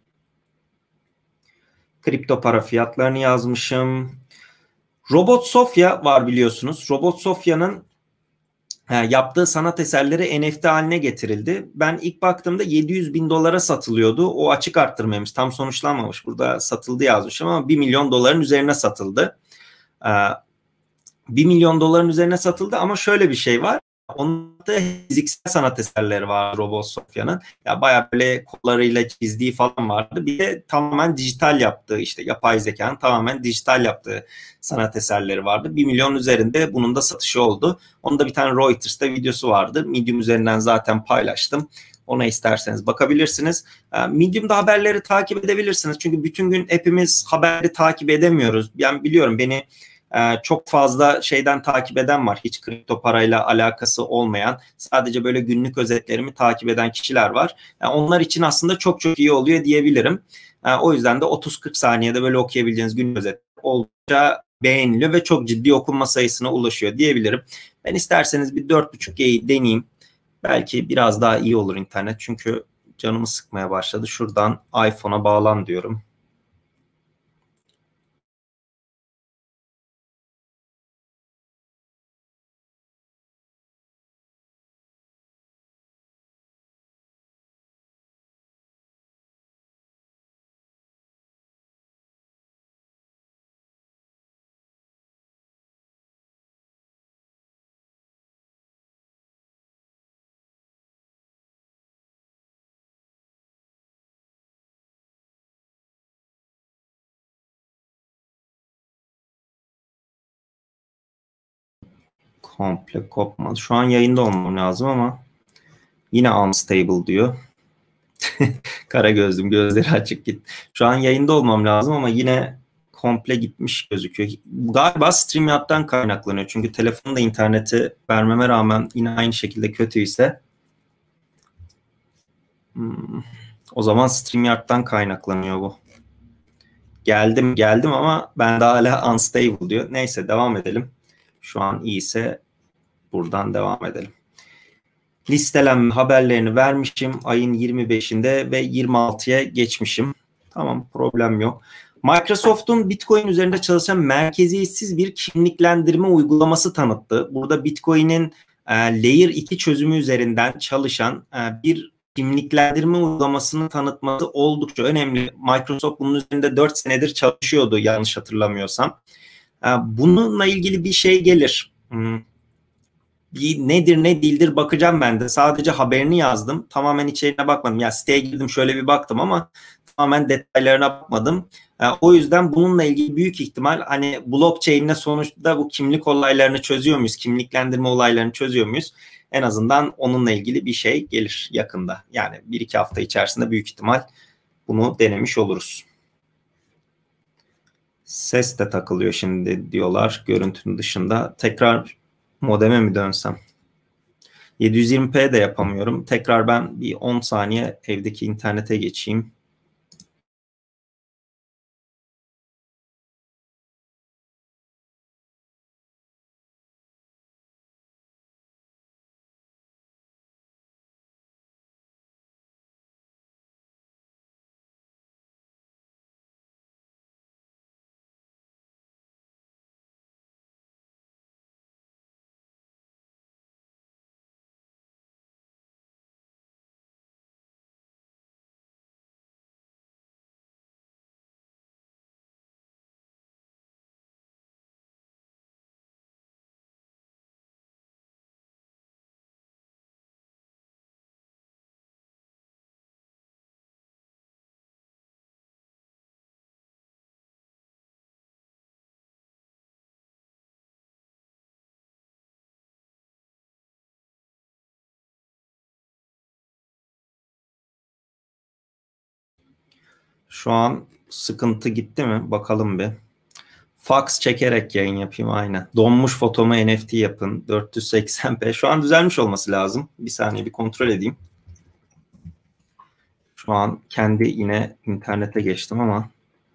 Kripto para fiyatlarını yazmışım. Robot Sofya var biliyorsunuz. Robot Sofya'nın yaptığı sanat eserleri NFT haline getirildi. Ben ilk baktığımda $700.000 satılıyordu. O açık arttırmaymış. Tam sonuçlanmamış. Burada satıldı yazmışım ama $1 milyon üzerine satıldı. $1 milyon üzerine satıldı ama şöyle bir şey var. Onun da fiziksel sanat eserleri var Robot Sofya'nın. Ya bayağı böyle kollarıyla çizdiği falan vardı. Bir de tamamen dijital yaptığı, işte yapay zekanın tamamen dijital yaptığı sanat eserleri vardı. 1 milyon üzerinde bunun da satışı oldu. Onun da bir tane Reuters'ta videosu vardı. Medium üzerinden zaten paylaştım. Ona isterseniz bakabilirsiniz. Medium'da haberleri takip edebilirsiniz. Çünkü bütün gün hepimiz haberi takip edemiyoruz. Yani biliyorum, beni çok fazla şeyden takip eden var. Hiç kripto parayla alakası olmayan, sadece böyle günlük özetlerimi takip eden kişiler var. Yani onlar için aslında çok çok iyi oluyor diyebilirim. O yüzden de 30-40 saniyede böyle okuyabileceğiniz günlük özet oldukça beğeniliyor ve çok ciddi okunma sayısına ulaşıyor diyebilirim. Ben isterseniz bir 4.5G'yi deneyeyim. Belki biraz daha iyi olur internet. Çünkü canımı sıkmaya başladı. Şuradan iPhone'a bağlan diyorum. Komple kopmadı. Şu an yayında olmam lazım ama yine unstable diyor. Kara gözlüm, gözleri açık git. Şu an yayında olmam lazım ama yine komple gitmiş gözüküyor. Galiba StreamYard'dan kaynaklanıyor. Çünkü telefonda interneti vermeme rağmen yine aynı şekilde kötüyse o zaman StreamYard'dan kaynaklanıyor bu. Geldim ama ben de hala unstable diyor. Neyse, devam edelim. Şu an iyiyse buradan devam edelim. Listelenme haberlerini vermişim. Ayın 25'inde ve 26'ya geçmişim. Tamam, problem yok. Microsoft'un Bitcoin üzerinde çalışan merkeziyetsiz bir kimliklendirme uygulaması tanıttı. Burada Bitcoin'in Layer 2 çözümü üzerinden çalışan bir kimliklendirme uygulamasını tanıtması oldukça önemli. Microsoft bunun üzerinde 4 senedir çalışıyordu yanlış hatırlamıyorsam. Bununla ilgili bir şey gelir. Bir nedir ne değildir bakacağım ben de. Sadece haberini yazdım. Tamamen içeriğine bakmadım. Ya siteye girdim, şöyle bir baktım ama tamamen detaylarına bakmadım. O yüzden bununla ilgili büyük ihtimal hani blockchain'le sonuçta bu kimlik olaylarını çözüyor muyuz? Kimliklendirme olaylarını çözüyor muyuz? En azından onunla ilgili bir şey gelir yakında. Yani 1-2 hafta içerisinde büyük ihtimal bunu denemiş oluruz. Ses de takılıyor şimdi diyorlar görüntünün dışında. Tekrar modeme mi dönsem? 720p de yapamıyorum. Tekrar ben bir 10 saniye evdeki internete geçeyim. Şu an sıkıntı gitti mi? Bakalım bir. Fax çekerek yayın yapayım aynen. Donmuş fotomu NFT yapın. 480p. Şu an düzelmiş olması lazım. Bir saniye bir kontrol edeyim. Şu an kendi yine internete geçtim ama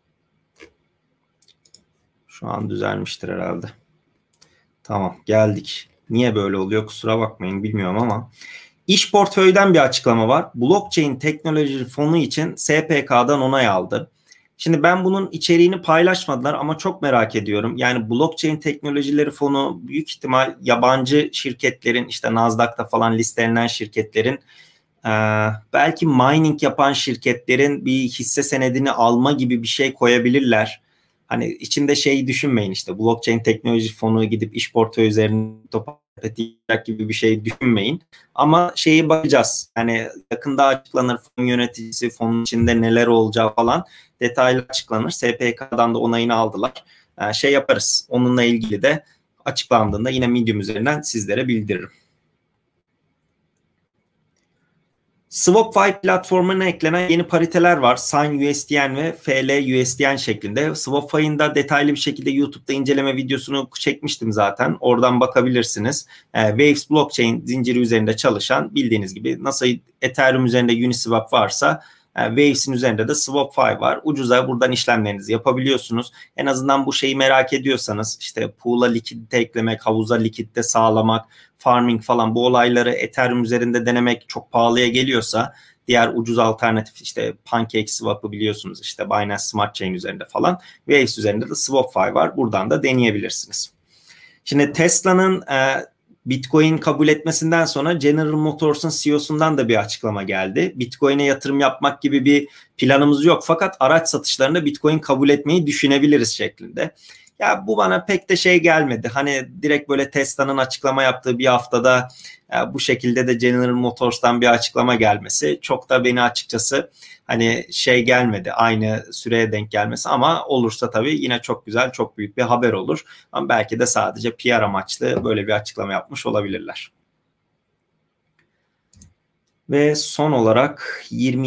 şu an düzelmiştir herhalde. Tamam, geldik. Niye böyle oluyor kusura bakmayın, bilmiyorum ama İş Portföy'den bir açıklama var. Blockchain Teknoloji Fonu için SPK'dan onay aldı. Şimdi ben bunun içeriğini paylaşmadılar ama çok merak ediyorum. Yani Blockchain Teknolojileri Fonu büyük ihtimal yabancı şirketlerin, işte Nasdaq'ta falan listelenen şirketlerin, belki mining yapan şirketlerin bir hisse senedini alma gibi bir şey koyabilirler. Hani içinde şey düşünmeyin, işte Blockchain Teknoloji Fonu gidip iş portföyü üzerine sepet gibi bir şey düşünmeyin. Ama şeyi bakacağız. Yani yakında açıklanır fon yöneticisi, fonun içinde neler olacağı falan detaylı açıklanır. SPK'dan da onayını aldılar. Şey yaparız. Onunla ilgili de açıklandığında yine Medium üzerinden sizlere bildiririm. SwapFi platformuna eklenen yeni pariteler var. Sign USDN ve FL USDN şeklinde. SwapFi'nin da detaylı bir şekilde YouTube'da inceleme videosunu çekmiştim zaten. Oradan bakabilirsiniz. Waves blockchain zinciri üzerinde çalışan, bildiğiniz gibi nasıl Ethereum üzerinde Uniswap varsa Waves'in üzerinde de SwapFi var. Ucuza buradan işlemlerinizi yapabiliyorsunuz. En azından bu şeyi merak ediyorsanız, işte pool'a likidite eklemek, havuza likidite sağlamak, farming falan, bu olayları Ethereum üzerinde denemek çok pahalıya geliyorsa, diğer ucuz alternatif işte PancakeSwap'ı biliyorsunuz, işte Binance Smart Chain üzerinde falan, Waves üzerinde de SwapFi var. Buradan da deneyebilirsiniz. Şimdi Tesla'nın Bitcoin kabul etmesinden sonra General Motors'un CEO'sundan da bir açıklama geldi. Bitcoin'e yatırım yapmak gibi bir planımız yok, fakat araç satışlarında Bitcoin kabul etmeyi düşünebiliriz şeklinde. Ya bu bana pek de şey gelmedi. Hani direkt böyle Tesla'nın açıklama yaptığı bir haftada bu şekilde de General Motors'tan bir açıklama gelmesi çok da beni açıkçası hani şey gelmedi. Aynı süreye denk gelmesi, ama olursa tabii yine çok güzel, çok büyük bir haber olur. Ama belki de sadece PR amaçlı böyle bir açıklama yapmış olabilirler. Ve son olarak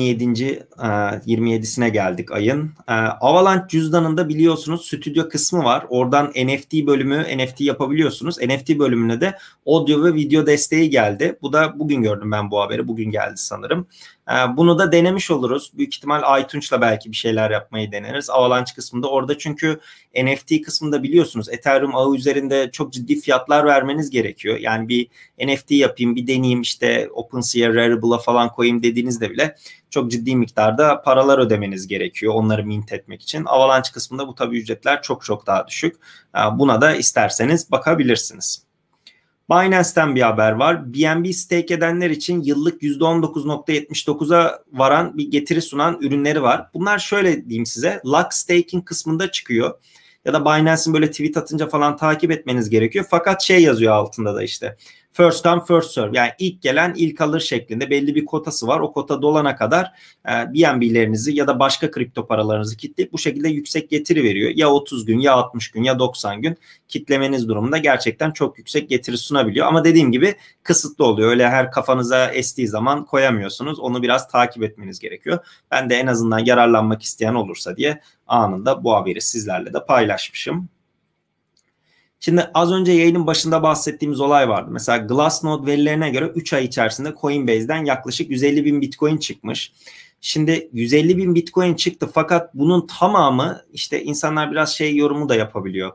27'sine geldik ayın. Avalanche cüzdanında biliyorsunuz stüdyo kısmı var. Oradan NFT bölümü, NFT yapabiliyorsunuz. NFT bölümüne de audio ve video desteği geldi. Bu da bugün gördüm ben bu haberi. Bugün geldi sanırım. Bunu da denemiş oluruz. Büyük ihtimal iTunes'la belki bir şeyler yapmayı deneriz. Avalanche kısmında orada, çünkü NFT kısmında biliyorsunuz Ethereum ağı üzerinde çok ciddi fiyatlar vermeniz gerekiyor. Yani bir NFT yapayım, bir deneyeyim, işte OpenSea, Rarible'a falan koyayım dediğinizde bile çok ciddi miktarda paralar ödemeniz gerekiyor onları mint etmek için. Avalanche kısmında bu tabii ücretler çok çok daha düşük. Buna da isterseniz bakabilirsiniz. Binance'ten bir haber var. BNB stake edenler için yıllık %19.79'a varan bir getiri sunan ürünleri var. Bunlar şöyle diyeyim size, Lux Staking kısmında çıkıyor. Ya da Binance'in böyle tweet atınca falan takip etmeniz gerekiyor. Fakat şey yazıyor altında da işte first come first serve, yani ilk gelen ilk alır şeklinde belli bir kotası var. O kota dolana kadar BNB'lerinizi ya da başka kripto paralarınızı kitleyip bu şekilde yüksek getiri veriyor. Ya 30 gün, ya 60 gün, ya 90 gün kitlemeniz durumunda gerçekten çok yüksek getiri sunabiliyor. Ama dediğim gibi kısıtlı oluyor. Öyle her kafanıza estiği zaman koyamıyorsunuz. Onu biraz takip etmeniz gerekiyor. Ben de en azından yararlanmak isteyen olursa diye anında bu haberi sizlerle de paylaşmışım. Şimdi az önce yayının başında bahsettiğimiz olay vardı. Mesela Glassnode verilerine göre 3 ay içerisinde Coinbase'den yaklaşık 150 bin Bitcoin çıkmış. Şimdi 150 bin Bitcoin çıktı, fakat bunun tamamı, işte insanlar biraz şey yorumu da yapabiliyor.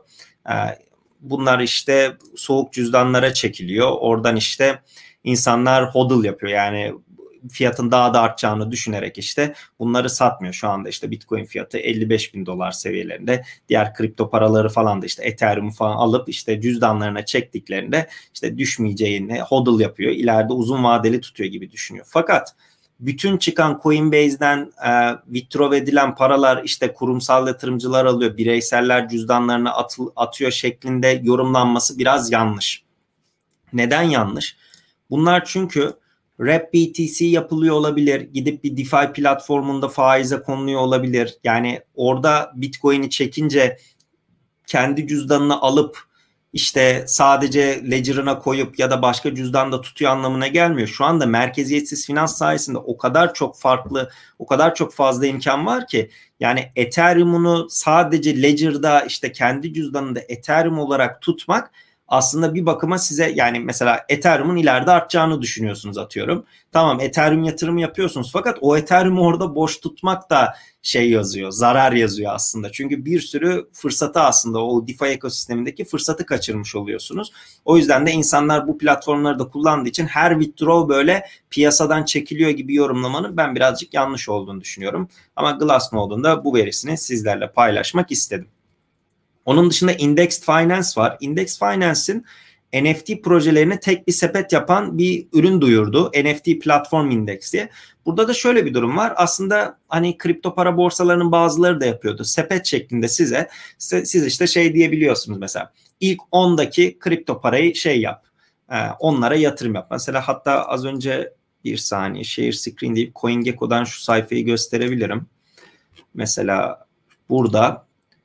Bunlar işte soğuk cüzdanlara çekiliyor. Oradan işte insanlar hodl yapıyor. Yani fiyatın daha da artacağını düşünerek işte bunları satmıyor. Şu anda işte Bitcoin fiyatı 55 bin dolar seviyelerinde. Diğer kripto paraları falan da işte Ethereum falan alıp işte cüzdanlarına çektiklerinde işte düşmeyeceğini hodl yapıyor. İleride uzun vadeli tutuyor gibi düşünüyor. Fakat bütün çıkan Coinbase'den withdraw edilen paralar işte kurumsal yatırımcılar alıyor, bireyseller cüzdanlarına atıyor şeklinde yorumlanması biraz yanlış. Neden yanlış? Bunlar çünkü Wrap BTC yapılıyor olabilir. Gidip bir DeFi platformunda faize konuluyor olabilir. Yani orada Bitcoin'i çekince kendi cüzdanını alıp işte sadece ledger'ına koyup ya da başka cüzdanda tutuyor anlamına gelmiyor. Şu anda merkeziyetsiz finans sayesinde o kadar çok farklı, o kadar çok fazla imkan var ki, yani Ethereum'unu sadece ledger'da işte kendi cüzdanında Ethereum olarak tutmak aslında bir bakıma size, yani mesela Ethereum'un ileride artacağını düşünüyorsunuz atıyorum. Tamam, Ethereum yatırımı yapıyorsunuz, fakat o Ethereum'u orada boş tutmak da şey yazıyor, zarar yazıyor aslında. Çünkü bir sürü fırsatı, aslında o DeFi ekosistemindeki fırsatı kaçırmış oluyorsunuz. O yüzden de insanlar bu platformları da kullandığı için her withdraw böyle piyasadan çekiliyor gibi yorumlamanın ben birazcık yanlış olduğunu düşünüyorum. Ama Glassnode'un da bu verisini sizlerle paylaşmak istedim. Onun dışında Indexed Finance var. Indexed Finance'in NFT projelerini tek bir sepet yapan bir ürün duyurdu. NFT Platform Index diye. Burada da şöyle bir durum var. Aslında hani kripto para borsalarının bazıları da yapıyordu. Sepet şeklinde siz işte şey diyebiliyorsunuz mesela. İlk 10'daki kripto parayı şey yap. onlara yatırım yap. Mesela hatta az önce bir saniye share screen deyip CoinGecko'dan şu sayfayı gösterebilirim. Mesela burada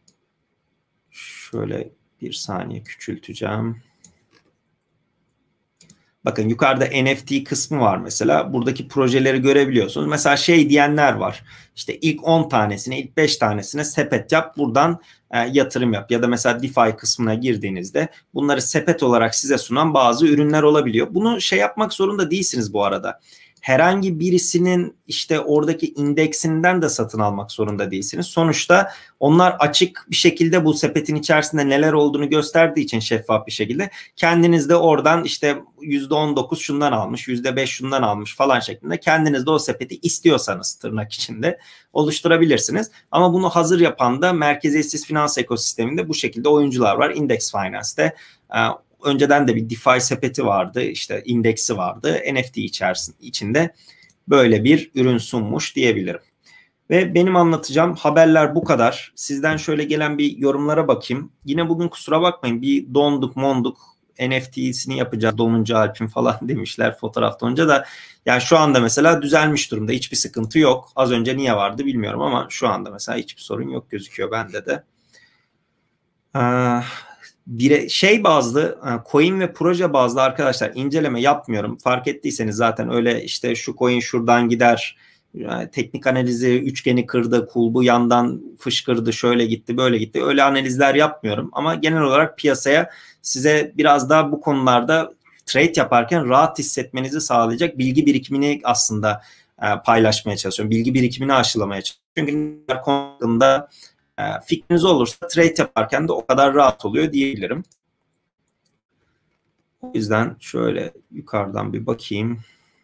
şöyle bir saniye küçülteceğim. Bakın yukarıda NFT kısmı var mesela. Buradaki projeleri görebiliyorsunuz. Mesela şey diyenler var. İşte ilk 10 tanesine, ilk 5 tanesine sepet yap. Buradan yatırım yap. Ya da mesela DeFi kısmına girdiğinizde bunları sepet olarak size sunan bazı ürünler olabiliyor. Bunu şey yapmak zorunda değilsiniz bu arada. Herhangi birisinin işte oradaki indeksinden de satın almak zorunda değilsiniz. Sonuçta onlar açık bir şekilde bu sepetin içerisinde neler olduğunu gösterdiği için şeffaf bir şekilde kendiniz de oradan işte %19 şundan almış, %5 şundan almış falan şeklinde kendiniz de o sepeti istiyorsanız tırnak içinde oluşturabilirsiniz. Ama bunu hazır yapan da merkeziyetsiz finans ekosisteminde bu şekilde oyuncular var. Index Finance'te önceden de bir DeFi sepeti vardı, işte indeksi vardı. NFT içinde böyle bir ürün sunmuş diyebilirim. Ve benim anlatacağım haberler bu kadar. Sizden şöyle gelen bir yorumlara bakayım. Yine bugün kusura bakmayın bir donduk monduk NFT'sini yapacağız donunca Alp'in falan demişler fotoğrafta onca da. Yani şu anda mesela düzelmiş durumda. Hiçbir sıkıntı yok. Az önce niye vardı bilmiyorum ama şu anda mesela hiçbir sorun yok gözüküyor bende de. Bir şey bazlı, coin ve proje bazlı arkadaşlar inceleme yapmıyorum. Fark ettiyseniz zaten öyle işte şu coin şuradan gider, yani teknik analizi üçgeni kırdı, kulbu yandan fışkırdı, şöyle gitti, böyle gitti. Öyle analizler yapmıyorum ama genel olarak piyasaya size biraz daha bu konularda trade yaparken rahat hissetmenizi sağlayacak bilgi birikimini aslında paylaşmaya çalışıyorum. Bilgi birikimini aşılamaya çalışıyorum. Çünkü konuda fikriniz olursa trade yaparken de o kadar rahat oluyor diyebilirim. O yüzden şöyle yukarıdan bir bakayım.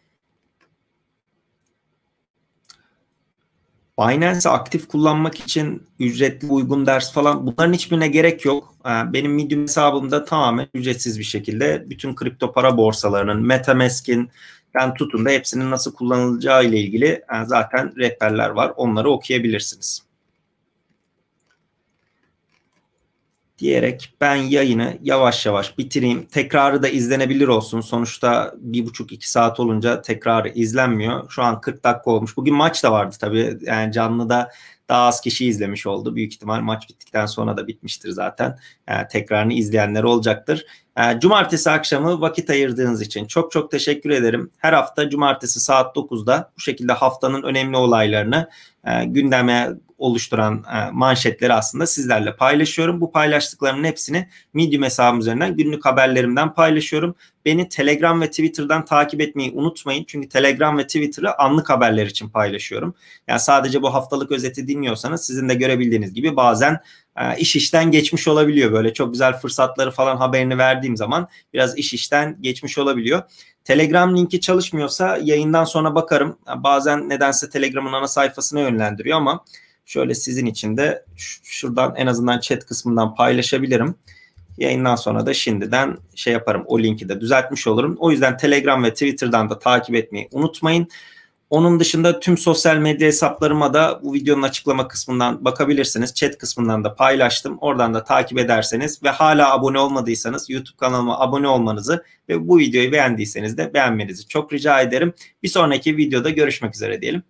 Binance'i aktif kullanmak için ücretli uygun ders falan bunların hiçbirine gerek yok. Benim Medium hesabımda tamamen ücretsiz bir şekilde bütün kripto para borsalarının, MetaMask'in tutun da hepsinin nasıl kullanılacağı ile ilgili zaten rehberler var. Onları okuyabilirsiniz. Diyerek ben yayını yavaş yavaş bitireyim. Tekrarı da izlenebilir olsun. Sonuçta 1,5-2 saat olunca tekrarı izlenmiyor. Şu an 40 dakika olmuş. Bugün maç da vardı tabii. Yani canlıda daha az kişi izlemiş oldu. Büyük ihtimal maç bittikten sonra da bitmiştir zaten. Tekrarını izleyenler olacaktır. Cumartesi akşamı vakit ayırdığınız için çok çok teşekkür ederim. Her hafta cumartesi saat 9'da bu şekilde haftanın önemli olaylarını gündeme oluşturan manşetleri aslında sizlerle paylaşıyorum. Bu paylaştıklarımın hepsini Medium hesabım üzerinden günlük haberlerimden paylaşıyorum. Beni Telegram ve Twitter'dan takip etmeyi unutmayın. Çünkü Telegram ve Twitter'ı anlık haberler için paylaşıyorum. Yani sadece bu haftalık özeti dinliyorsanız sizin de görebildiğiniz gibi bazen iş işten geçmiş olabiliyor. Böyle çok güzel fırsatları falan haberini verdiğim zaman biraz iş işten geçmiş olabiliyor. Telegram linki çalışmıyorsa yayından sonra bakarım. Bazen nedense Telegram'ın ana sayfasına yönlendiriyor ama şöyle sizin için de şuradan en azından chat kısmından paylaşabilirim. Yayından sonra da şimdiden şey yaparım. O linki de düzeltmiş olurum. O yüzden Telegram ve Twitter'dan da takip etmeyi unutmayın. Onun dışında tüm sosyal medya hesaplarıma da bu videonun açıklama kısmından bakabilirsiniz. Chat kısmından da paylaştım. Oradan da takip ederseniz ve hala abone olmadıysanız YouTube kanalıma abone olmanızı ve bu videoyu beğendiyseniz de beğenmenizi çok rica ederim. Bir sonraki videoda görüşmek üzere diyelim.